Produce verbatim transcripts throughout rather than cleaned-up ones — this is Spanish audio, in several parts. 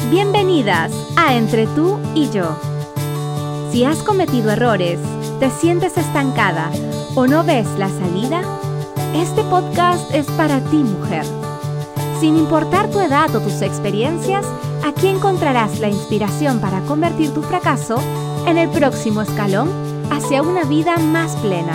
Bienvenidas a Entre tú y yo. Si has cometido errores, te sientes estancada o no ves la salida, este podcast es para ti, mujer. Sin importar tu edad o tus experiencias, aquí encontrarás la inspiración para convertir tu fracaso en el próximo escalón hacia una vida más plena.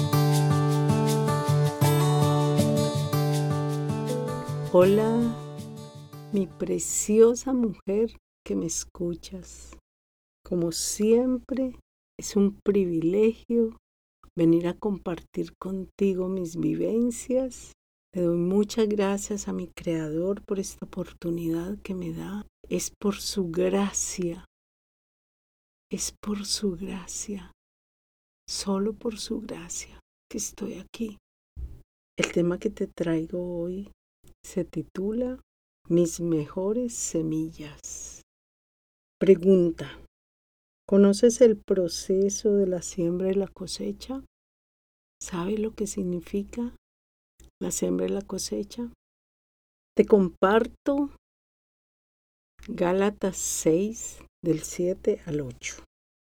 Hola, mi preciosa mujer que me escuchas. Como siempre, es un privilegio venir a compartir contigo mis vivencias. Le doy muchas gracias a mi Creador por esta oportunidad que me da. Es por su gracia, es por su gracia, solo por su gracia que estoy aquí. El tema que te traigo hoy se titula Mis mejores semillas. Pregunta: ¿conoces el proceso de la siembra y la cosecha? ¿Sabes lo que significa la siembra y la cosecha? Te comparto Gálatas seis, del siete al ocho.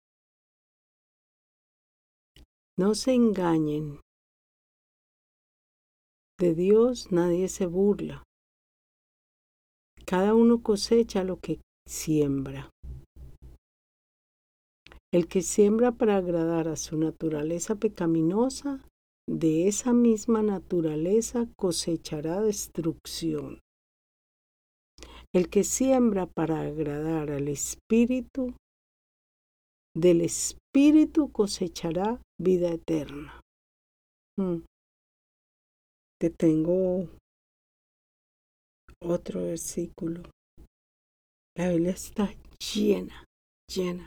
No se engañen. De Dios nadie se burla. Cada uno cosecha lo que siembra. El que siembra para agradar a su naturaleza pecaminosa, de esa misma naturaleza cosechará destrucción. El que siembra para agradar al Espíritu, del Espíritu cosechará vida eterna. Hmm. Te tengo otro versículo. La Biblia está llena, llena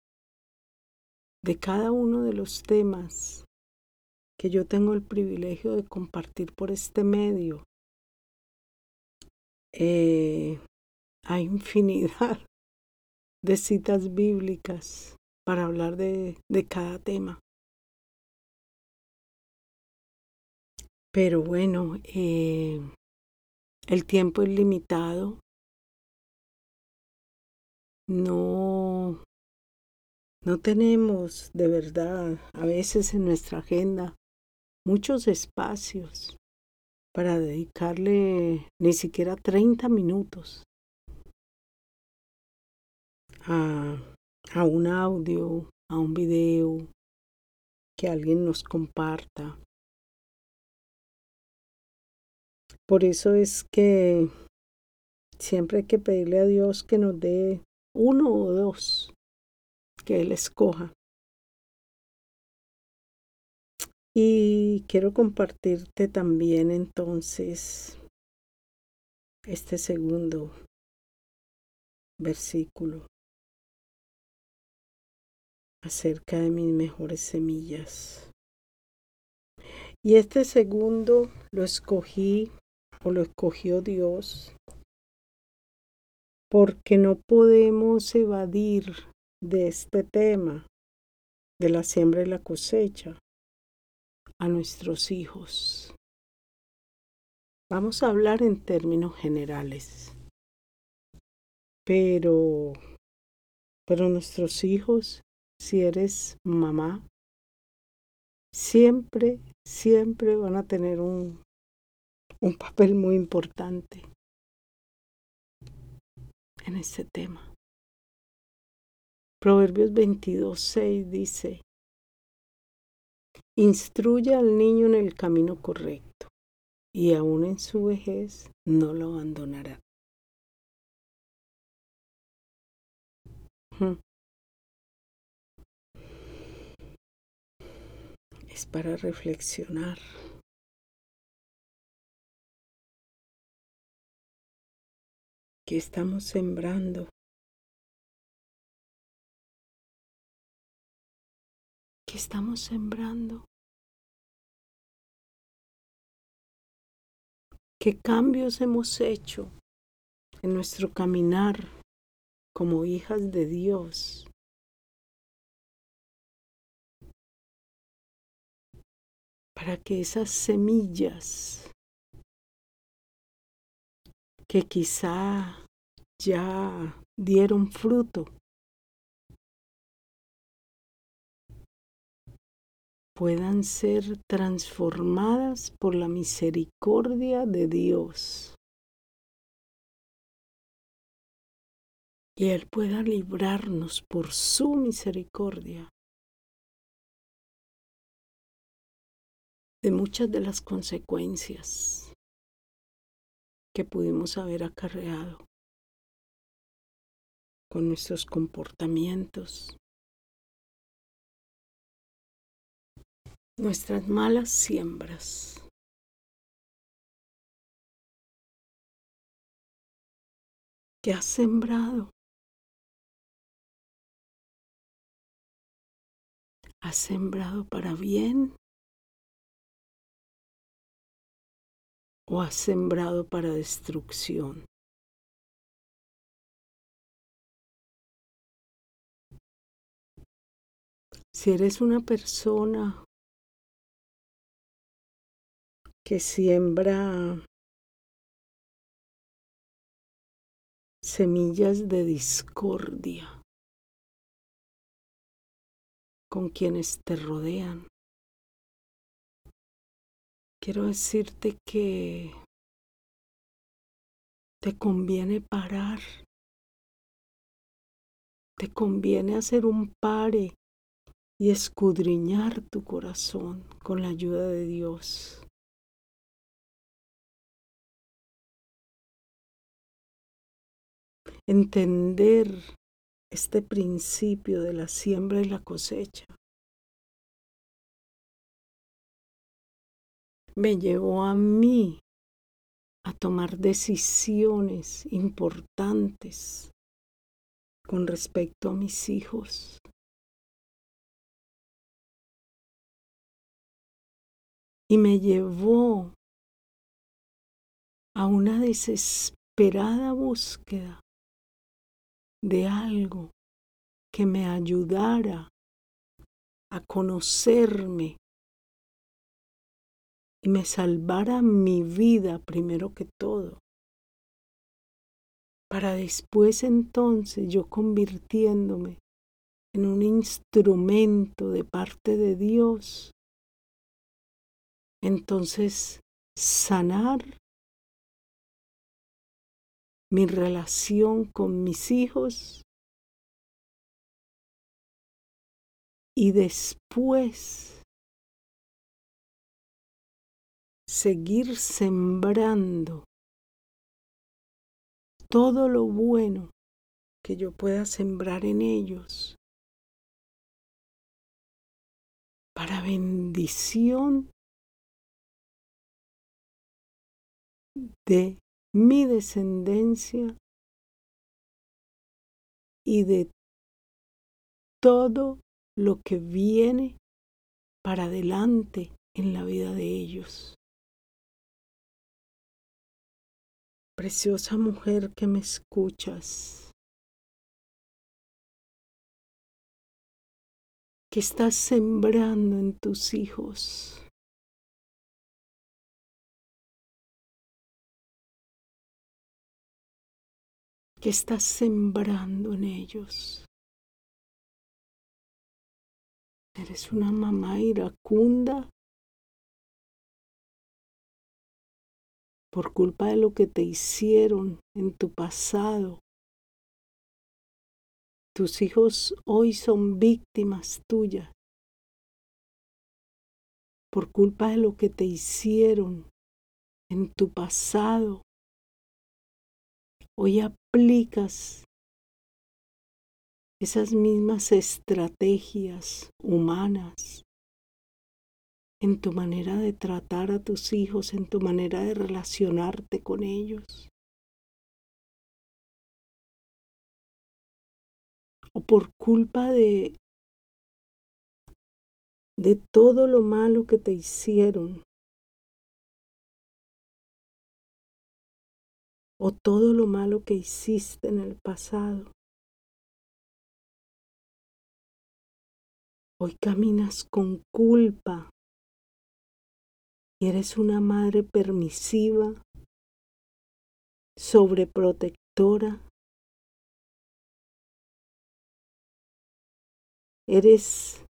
de cada uno de los temas que yo tengo el privilegio de compartir por este medio. Eh, hay infinidad de citas bíblicas para hablar de, de cada tema. Pero bueno, eh, el tiempo es limitado. No, no tenemos de verdad a veces en nuestra agenda muchos espacios para dedicarle ni siquiera treinta minutos a, a un audio, a un video, que alguien nos comparta. Por eso es que siempre hay que pedirle a Dios que nos dé uno o dos, que Él escoja. Y quiero compartirte también entonces este segundo versículo acerca de mis mejores semillas. Y este segundo lo escogí o lo escogió Dios porque no podemos evadir de este tema de la siembra y la cosecha a nuestros hijos. Vamos a hablar en términos generales, pero, pero nuestros hijos, si eres mamá, siempre, siempre van a tener un, un papel muy importante en este tema. Proverbios veintidós, seis dice: instruye al niño en el camino correcto, y aún en su vejez no lo abandonará. Hmm. Es para reflexionar. ¿Qué estamos sembrando? ¿Qué estamos sembrando? ¿Qué cambios hemos hecho en nuestro caminar como hijas de Dios para que esas semillas que quizá ya dieron fruto, puedan ser transformadas por la misericordia de Dios. Y Él pueda librarnos por su misericordia de muchas de las consecuencias que pudimos haber acarreado con nuestros comportamientos, nuestras malas siembras. ¿Qué has sembrado? ¿Has sembrado para bien o has sembrado para destrucción? Si eres una persona que siembra semillas de discordia con quienes te rodean, quiero decirte que te conviene parar, te conviene hacer un pare y escudriñar tu corazón con la ayuda de Dios. Entender este principio de la siembra y la cosecha me llevó a mí a tomar decisiones importantes con respecto a mis hijos. Y me llevó a una desesperada búsqueda de algo que me ayudara a conocerme y me salvara mi vida primero que todo, para después entonces yo convirtiéndome en un instrumento de parte de Dios, entonces sanar mi relación con mis hijos y después seguir sembrando todo lo bueno que yo pueda sembrar en ellos para bendición de mi descendencia y de todo lo que viene para adelante en la vida de ellos. Preciosa mujer que me escuchas, ¿qué estás sembrando en tus hijos? ¿Qué estás sembrando en ellos? ¿Eres una mamá iracunda por culpa de lo que te hicieron en tu pasado? Tus hijos hoy son víctimas tuyas por culpa de lo que te hicieron en tu pasado. Hoy aplicas esas mismas estrategias humanas en tu manera de tratar a tus hijos, en tu manera de relacionarte con ellos. O por culpa de, de todo lo malo que te hicieron, o todo lo malo que hiciste en el pasado. Hoy caminas con culpa y eres una madre permisiva, sobreprotectora, Eres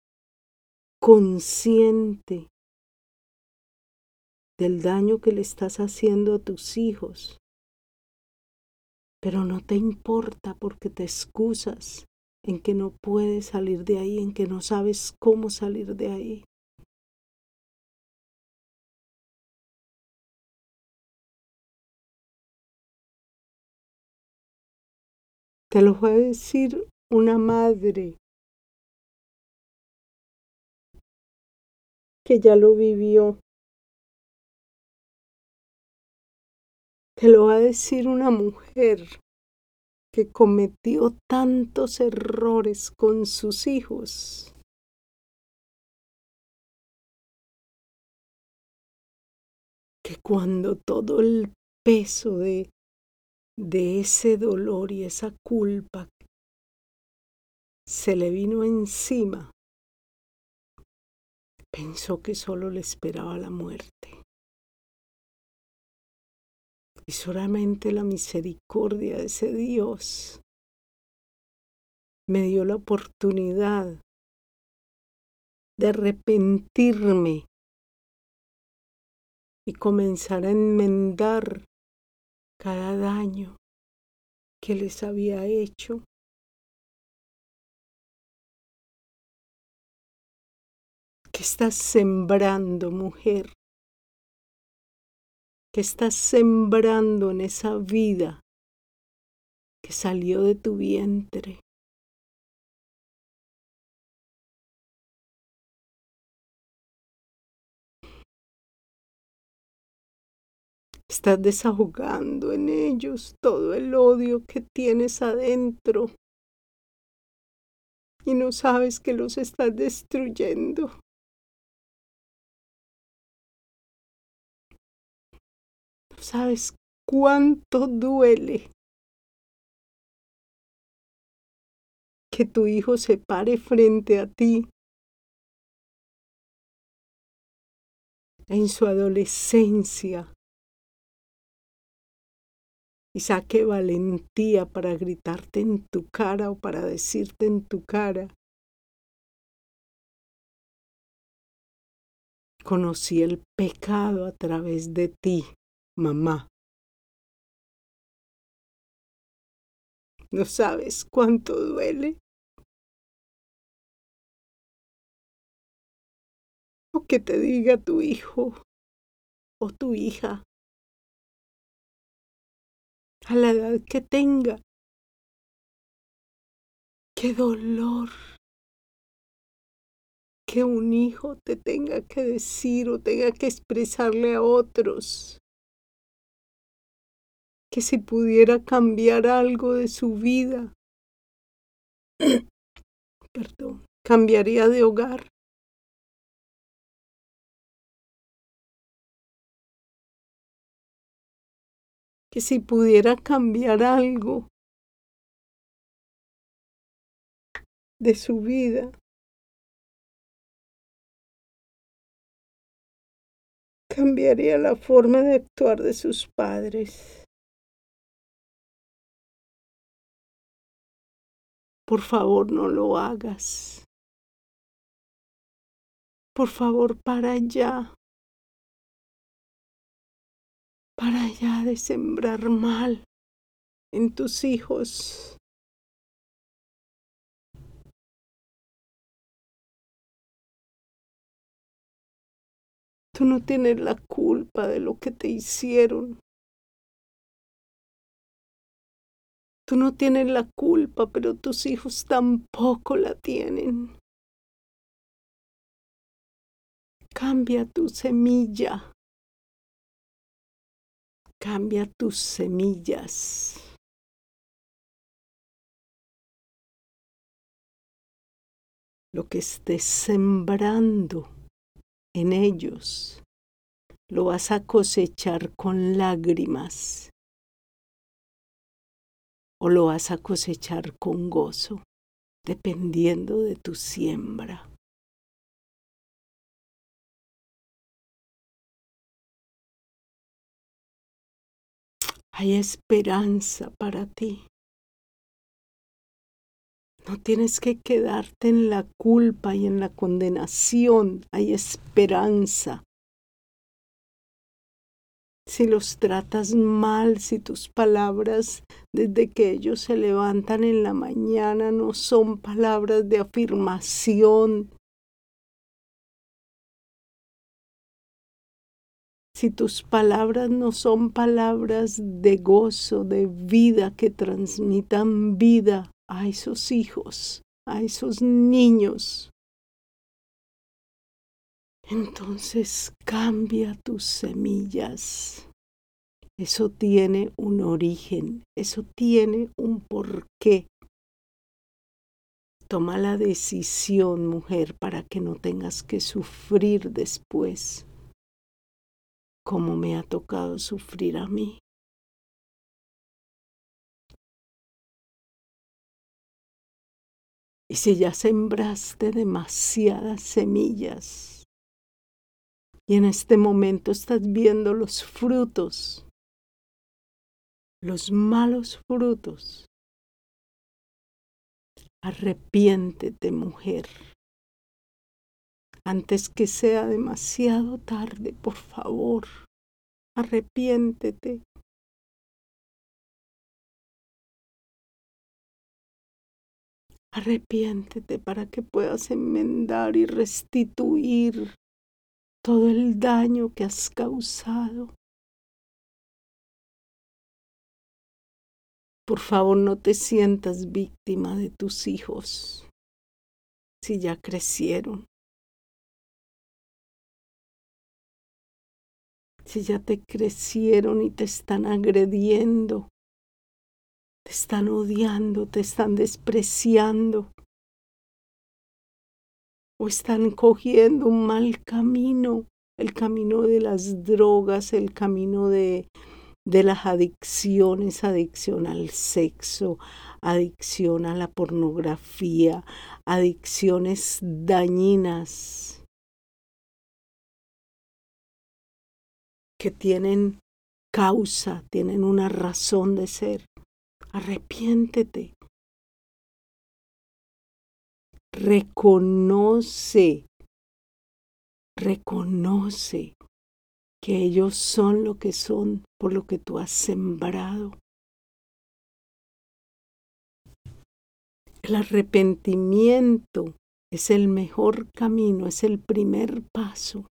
consciente del daño que le estás haciendo a tus hijos, pero no te importa porque te excusas en que no puedes salir de ahí, en que no sabes cómo salir de ahí. Te lo va a decir una madre que ya lo vivió. Te lo va a decir una mujer que cometió tantos errores con sus hijos. Que cuando todo el peso de, de ese dolor y esa culpa se le vino encima, pensó que solo le esperaba la muerte. Y solamente la misericordia de ese Dios me dio la oportunidad de arrepentirme y comenzar a enmendar cada daño que les había hecho. ¿Qué estás sembrando, mujer? ¿Qué estás sembrando en esa vida que salió de tu vientre? Estás desahogando en ellos todo el odio que tienes adentro y no sabes que los estás destruyendo. No sabes cuánto duele que tu hijo se pare frente a ti en su adolescencia y saque valentía para gritarte en tu cara o para decirte en tu cara: conocí el pecado a través de ti, mamá. No sabes cuánto duele. O que te diga tu hijo o tu hija, a la edad que tenga: qué dolor que un hijo te tenga que decir o tenga que expresarle a otros que si pudiera cambiar algo de su vida, perdón, cambiaría de hogar. Que si pudiera cambiar algo de su vida, cambiaría la forma de actuar de sus padres. Por favor, no lo hagas. Por favor, para ya. Para ya de sembrar mal en tus hijos. Tú no tienes la culpa de lo que te hicieron. Tú no tienes la culpa, pero tus hijos tampoco la tienen. Cambia tu semilla. Cambia tus semillas. Lo que estés sembrando en ellos, lo vas a cosechar con lágrimas o lo vas a cosechar con gozo, dependiendo de tu siembra. Hay esperanza para ti. No tienes que quedarte en la culpa y en la condenación. Hay esperanza. Si los tratas mal, si tus palabras desde que ellos se levantan en la mañana no son palabras de afirmación, si tus palabras no son palabras de gozo, de vida, que transmitan vida a esos hijos, a esos niños, entonces cambia tus semillas. Eso tiene un origen, eso tiene un porqué. Toma la decisión, mujer, para que no tengas que sufrir después, como me ha tocado sufrir a mí. Y si ya sembraste demasiadas semillas y en este momento estás viendo los frutos, los malos frutos, arrepiéntete, mujer, antes que sea demasiado tarde, por favor, arrepiéntete. Arrepiéntete para que puedas enmendar y restituir todo el daño que has causado. Por favor, no te sientas víctima de tus hijos si ya crecieron, si ya te crecieron y te están agrediendo, te están odiando, te están despreciando o están cogiendo un mal camino, el camino de las drogas, el camino de de las adicciones, adicción al sexo, adicción a la pornografía, adicciones dañinas que tienen causa, tienen una razón de ser. Arrepiéntete. Reconoce, reconoce que ellos son lo que son por lo que tú has sembrado. El arrepentimiento es el mejor camino, es el primer paso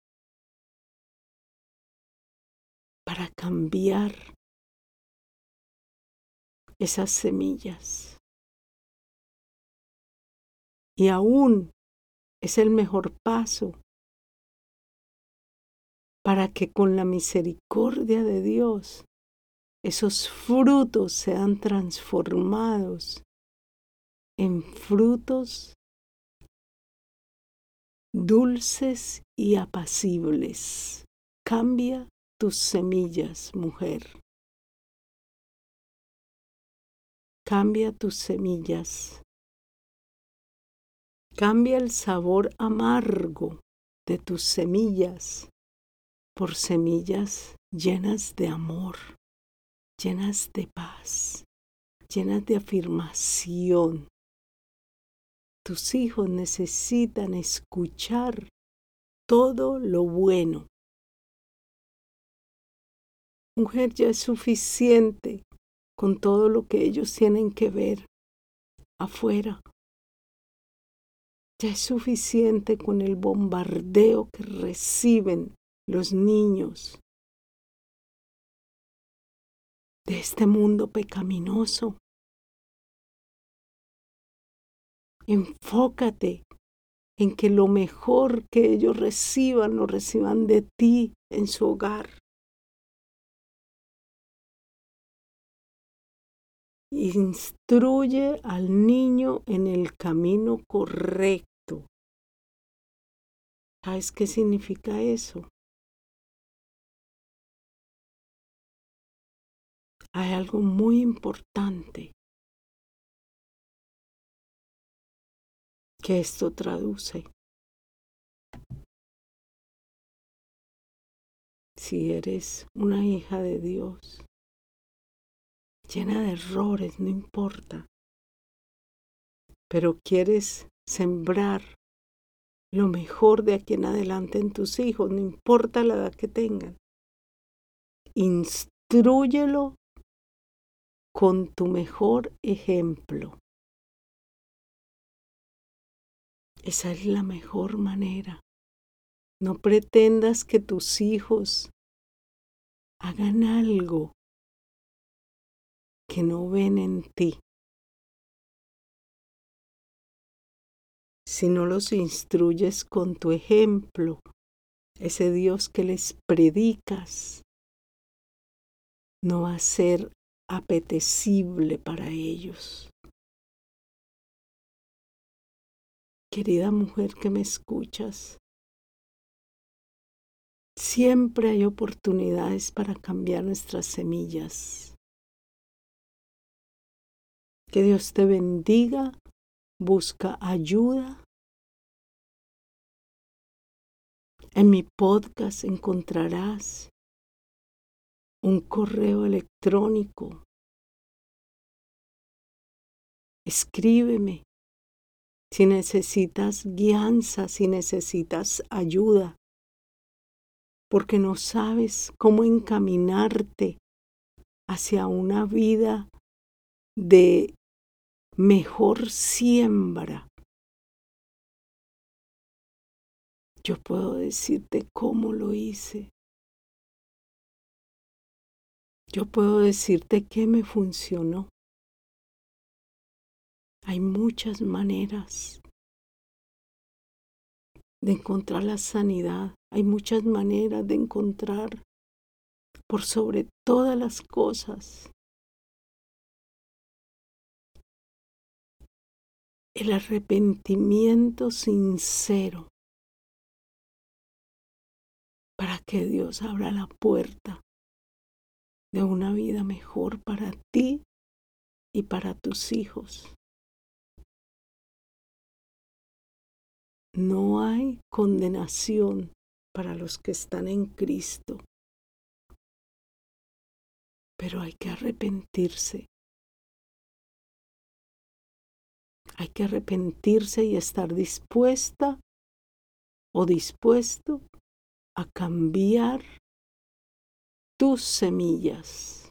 para cambiar esas semillas. Y aún es el mejor paso para que con la misericordia de Dios esos frutos sean transformados en frutos dulces y apacibles. Cambia tus semillas, mujer. Cambia tus semillas. Cambia el sabor amargo de tus semillas por semillas llenas de amor, llenas de paz, llenas de afirmación. Tus hijos necesitan escuchar todo lo bueno. Mujer, ya es suficiente con todo lo que ellos tienen que ver afuera. Ya es suficiente con el bombardeo que reciben los niños de este mundo pecaminoso. Enfócate en que lo mejor que ellos reciban, lo reciban de ti en su hogar. Instruye al niño en el camino correcto. ¿Sabes qué significa eso? Hay algo muy importante que esto traduce. Si eres una hija de Dios, llena de errores, no importa. pero quieres sembrar lo mejor de aquí en adelante en tus hijos, no importa la edad que tengan. Instrúyelo con tu mejor ejemplo. Esa es la mejor manera. No pretendas que tus hijos hagan algo que no ven en ti. Si no los instruyes con tu ejemplo, ese Dios que les predicas no va a ser apetecible para ellos. Querida mujer que me escuchas, siempre hay oportunidades para cambiar nuestras semillas. Que Dios te bendiga. Busca ayuda. En mi podcast encontrarás un correo electrónico. Escríbeme si necesitas guianza, si necesitas ayuda, porque no sabes cómo encaminarte hacia una vida de mejor siembra. Yo puedo decirte cómo lo hice. Yo puedo decirte qué me funcionó. Hay muchas maneras de encontrar la sanidad. Hay muchas maneras de encontrar, por sobre todas las cosas, el arrepentimiento sincero para que Dios abra la puerta de una vida mejor para ti y para tus hijos. No hay condenación para los que están en Cristo, pero hay que arrepentirse. Hay que arrepentirse y estar dispuesta o dispuesto a cambiar tus semillas.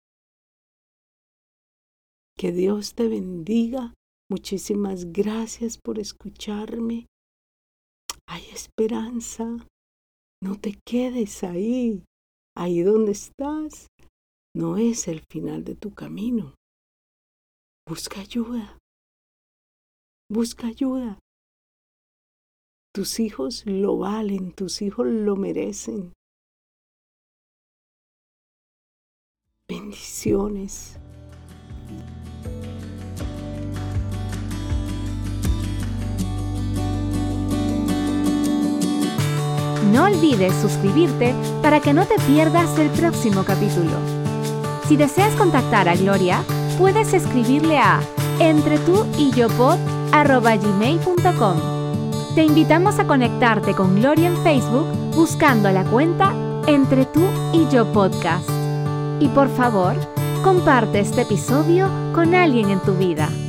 Que Dios te bendiga. Muchísimas gracias por escucharme. Hay esperanza. No te quedes ahí. Ahí donde estás no es el final de tu camino. Busca ayuda. Busca ayuda. Tus hijos lo valen, tus hijos lo merecen. Bendiciones. No olvides suscribirte para que no te pierdas el próximo capítulo. Si deseas contactar a Gloria, puedes escribirle a entretúyopod arroba gmail punto com. Te invitamos a conectarte con Gloria en Facebook buscando la cuenta Entre Tú y Yo Podcast. Y por favor, comparte este episodio con alguien en tu vida.